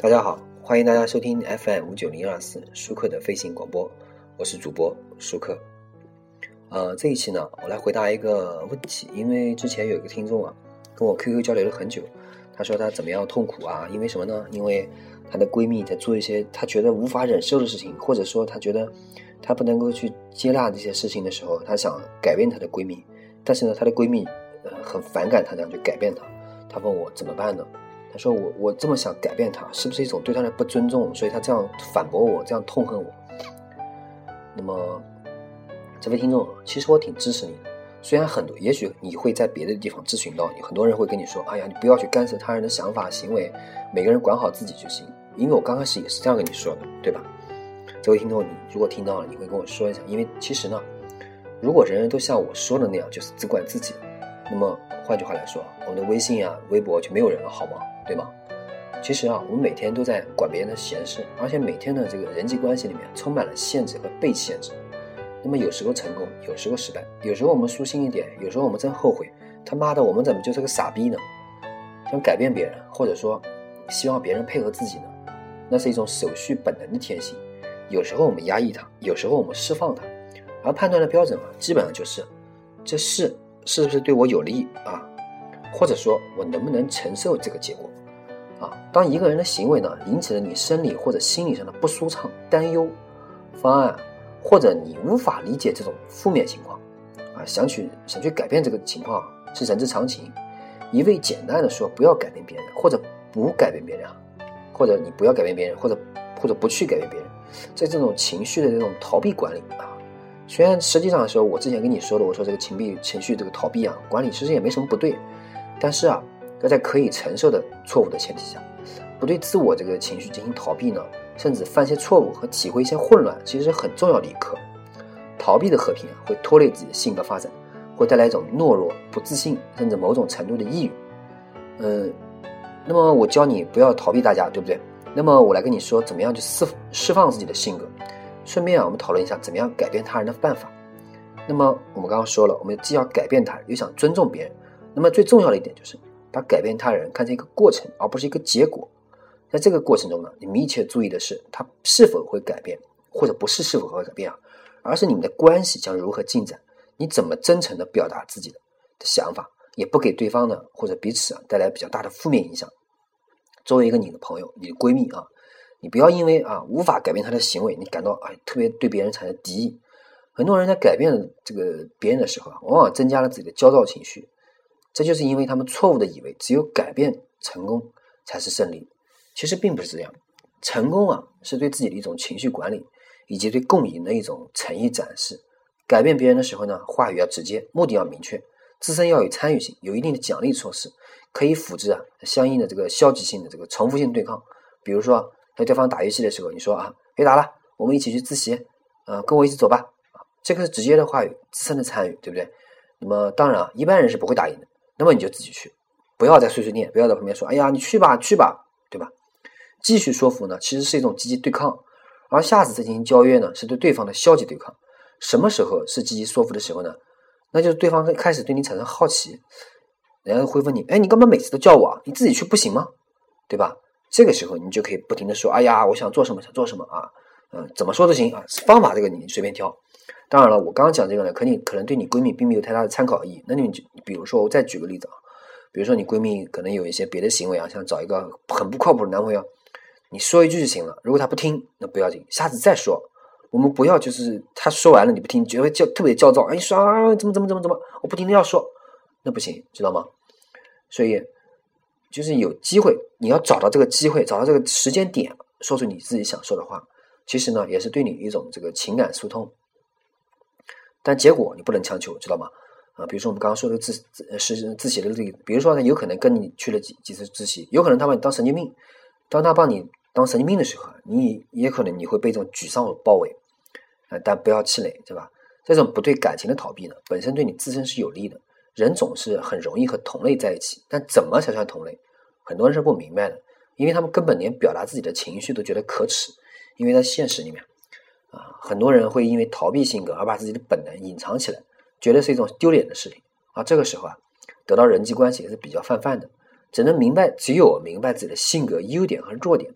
大家好，欢迎大家收听 FM59024舒克的飞行广播，我是主播舒克。这一期呢，我来回答一个问题，因为之前有一个听众跟我 QQ 交流了很久，她说她怎么样痛苦因为什么呢？因为她的闺蜜在做一些她觉得无法忍受的事情，或者说她觉得她不能够去接纳这些事情的时候，她想改变她的闺蜜，但是呢，她的闺蜜很反感她这样去改变她，她问我怎么办呢？她说我这么想改变她，是不是一种对她的不尊重？所以她这样反驳我，这样痛恨我。那么这位听众，其实我挺支持你的，虽然也许你会在别的地方咨询到，很多人会跟你说，哎呀，你不要去干涉他人的想法行为，每个人管好自己就行。因为我刚开始也是这样跟你说的，对吧？这位听众，你如果听到了，你会跟我说一下，因为其实呢，如果人人都像我说的那样，就是只管自己，那么换句话来说，我们的微信微博就没有人了，好吗？对吗？其实我们每天都在管别人的闲事，而且每天的这个人际关系里面充满了限制和被限制。那么有时候成功，有时候失败，有时候我们舒心一点，有时候我们真后悔，他妈的我们怎么就是个傻逼呢？想改变别人，或者说希望别人配合自己呢，那是一种手续本能的天性。有时候我们压抑它，有时候我们释放它，而判断的标准基本上就是这事是不是对我有利或者说我能不能承受这个结果当一个人的行为呢引起了你生理或者心理上的不舒畅、担忧、方案，或者你无法理解这种负面情况想去改变这个情况是人之常情。一味简单的说不要改变别人，或者不改变别人或者你不要改变别人，或者不去改变别人，在这种情绪的这种逃避管理虽然实际上的时候我之前跟你说的，我说这个情绪这个逃避管理其实也没什么不对，但是要在可以承受的错误的前提下，不对自我这个情绪进行逃避呢，甚至犯些错误和体会一些混乱，其实是很重要的一课。逃避的和平会拖累自己的性格发展，会带来一种懦弱、不自信，甚至某种程度的抑郁。那么我教你不要逃避大家，对不对？那么我来跟你说怎么样去释放自己的性格，顺便我们讨论一下怎么样改变他人的办法。那么我们刚刚说了，我们既要改变他人，又想尊重别人，那么最重要的一点就是把改变他人看成一个过程，而不是一个结果。在这个过程中呢，你密切注意的是他是否会改变，或者不是是否会改变而是你们的关系将如何进展，你怎么真诚地表达自己的想法，也不给对方呢或者彼此带来比较大的负面影响。作为一个你的朋友，你的闺蜜你不要因为无法改变她的行为，你感到特别对别人产生敌意。很多人在改变这个别人的时候往往增加了自己的焦躁情绪，这就是因为他们错误的以为只有改变成功才是胜利。其实并不是这样，成功是对自己的一种情绪管理，以及对共赢的一种诚意展示。改变别人的时候呢，话语要直接，目的要明确，自身要有参与性，有一定的奖励措施，可以辅之相应的这个消极性的这个重复性对抗。比如说在对方打游戏的时候，你说别打了，我们一起去自习，跟我一起走吧这个是直接的话语，自身的参与，对不对？那么当然一般人是不会答应的，那么你就自己去，不要再碎碎念，不要在旁边说哎呀你去吧，对吧？继续说服呢，其实是一种积极对抗，而下次再进行交约呢，是对对方的消极对抗。什么时候是积极说服的时候呢？那就是对方开始对你产生好奇，然后会问你，你干嘛每次都叫我你自己去不行吗？对吧？这个时候你就可以不停的说，哎呀，我想做什么怎么说都行方法这个你随便挑。当然了，我刚刚讲这个呢，可能对你闺蜜并没有太大的参考意义。那你比如说，我再举个例子比如说你闺蜜可能有一些别的行为想找一个很不靠谱的男朋友，你说一句就行了，如果他不听那不要紧，下次再说。我们不要就是他说完了你不听，觉得特别焦躁，你说怎么我不停的要说，那不行，知道吗？所以就是有机会你要找到这个机会，找到这个时间点，说出你自己想说的话，其实呢也是对你一种这个情感疏通，但结果你不能强求，知道吗？比如说我们刚刚说的自习的例子，比如说他有可能跟你去了几次自习，有可能他把你当神经病，当他把你当神经病的时候，你也可能你会被这种沮丧所包围但不要气馁，对吧？这种不对感情的逃避呢，本身对你自身是有利的。人总是很容易和同类在一起，但怎么才算同类？很多人是不明白的，因为他们根本连表达自己的情绪都觉得可耻。因为在现实里面很多人会因为逃避性格而把自己的本能隐藏起来，觉得是一种丢脸的事情这个时候得到人际关系也是比较泛泛的。只有明白自己的性格优点和弱点，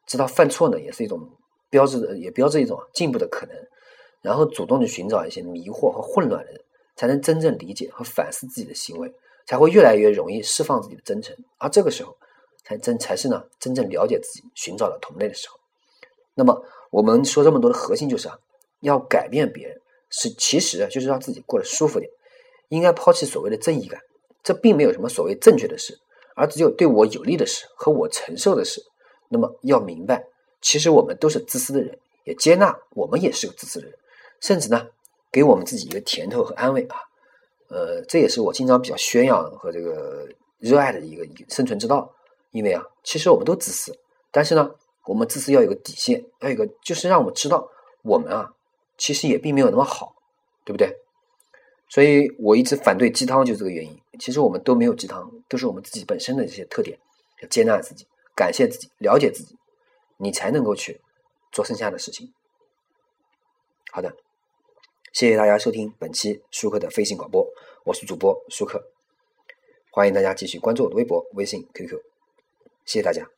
知道犯错呢也是一种标志一种进步的可能，然后主动去寻找一些迷惑和混乱的人，才能真正理解和反思自己的行为，才会越来越容易释放自己的真诚，而这个时候才是呢真正了解自己、寻找到同类的时候。那么我们说这么多的核心就是要改变别人，其实就是让自己过得舒服点，应该抛弃所谓的正义感，这并没有什么所谓正确的事，而只有对我有利的事和我承受的事。那么要明白，其实我们都是自私的人，也接纳我们也是个自私的人，甚至呢给我们自己一个甜头和安慰这也是我经常比较宣扬和这个热爱的一个生存之道。因为其实我们都自私，但是呢我们自私要有个底线，要有一个就是让我们知道我们其实也并没有那么好，对不对？所以我一直反对鸡汤，就是这个原因。其实我们都没有鸡汤，都是我们自己本身的这些特点，要接纳自己，感谢自己，了解自己，你才能够去做剩下的事情。好的，谢谢大家收听本期舒克的飞行广播，我是主播舒克，欢迎大家继续关注我的微博、微信、QQ，谢谢大家。